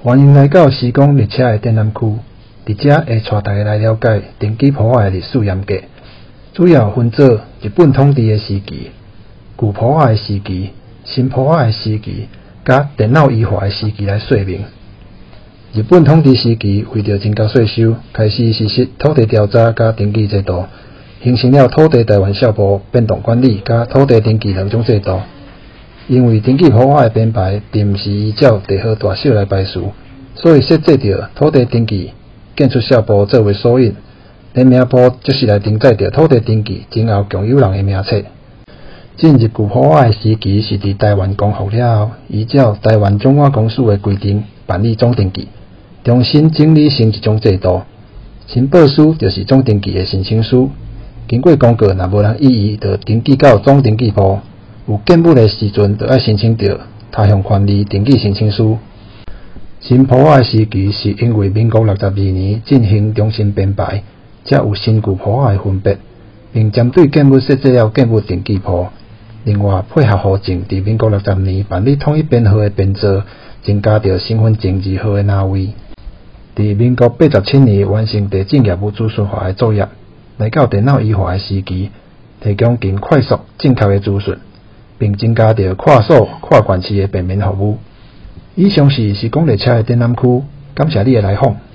欢迎来到施工列车的展览区，伫遮会带大家来了解登记破坏的历史严格，主要分做日本统治的时期、旧破坏的时期、新破坏的时期，甲电脑移化的时期来说明。日本统治时期，为着增加税收，开始实施土地调查甲登记制度，形成了土地台湾校部变动管理甲土地登记两种制度。因为登记破坏的编排并毋是依照地号大小来排序，所以设置着土地登记建筑校部作为索引，连名簿则是来登载着土地登记前后共有人的名册。进入旧破坏的时期是伫台湾光复了后，依照台湾总管公署的规定办理总登记，重新整理成一种制度。申报书就是总登记的申请书，经过公告，若无人异议，就登记到总登记簿。有建物的时阵，就要申请到他乡权利登记申请书。新破坏时期是因为民国62年进行重新编排，才有新旧破坏的分别，并针对建物设置了建物登记簿。另外，配合户政伫民国60年办理统一编号的编造，增加着身份证字号的纳位。伫民国87年完成地政业务资讯化的作业，来到电脑移化的时期，提供更快速正确的资讯，并增加着跨所、跨县市的便民服务。以上是施工列车的展览区，感谢你的来访。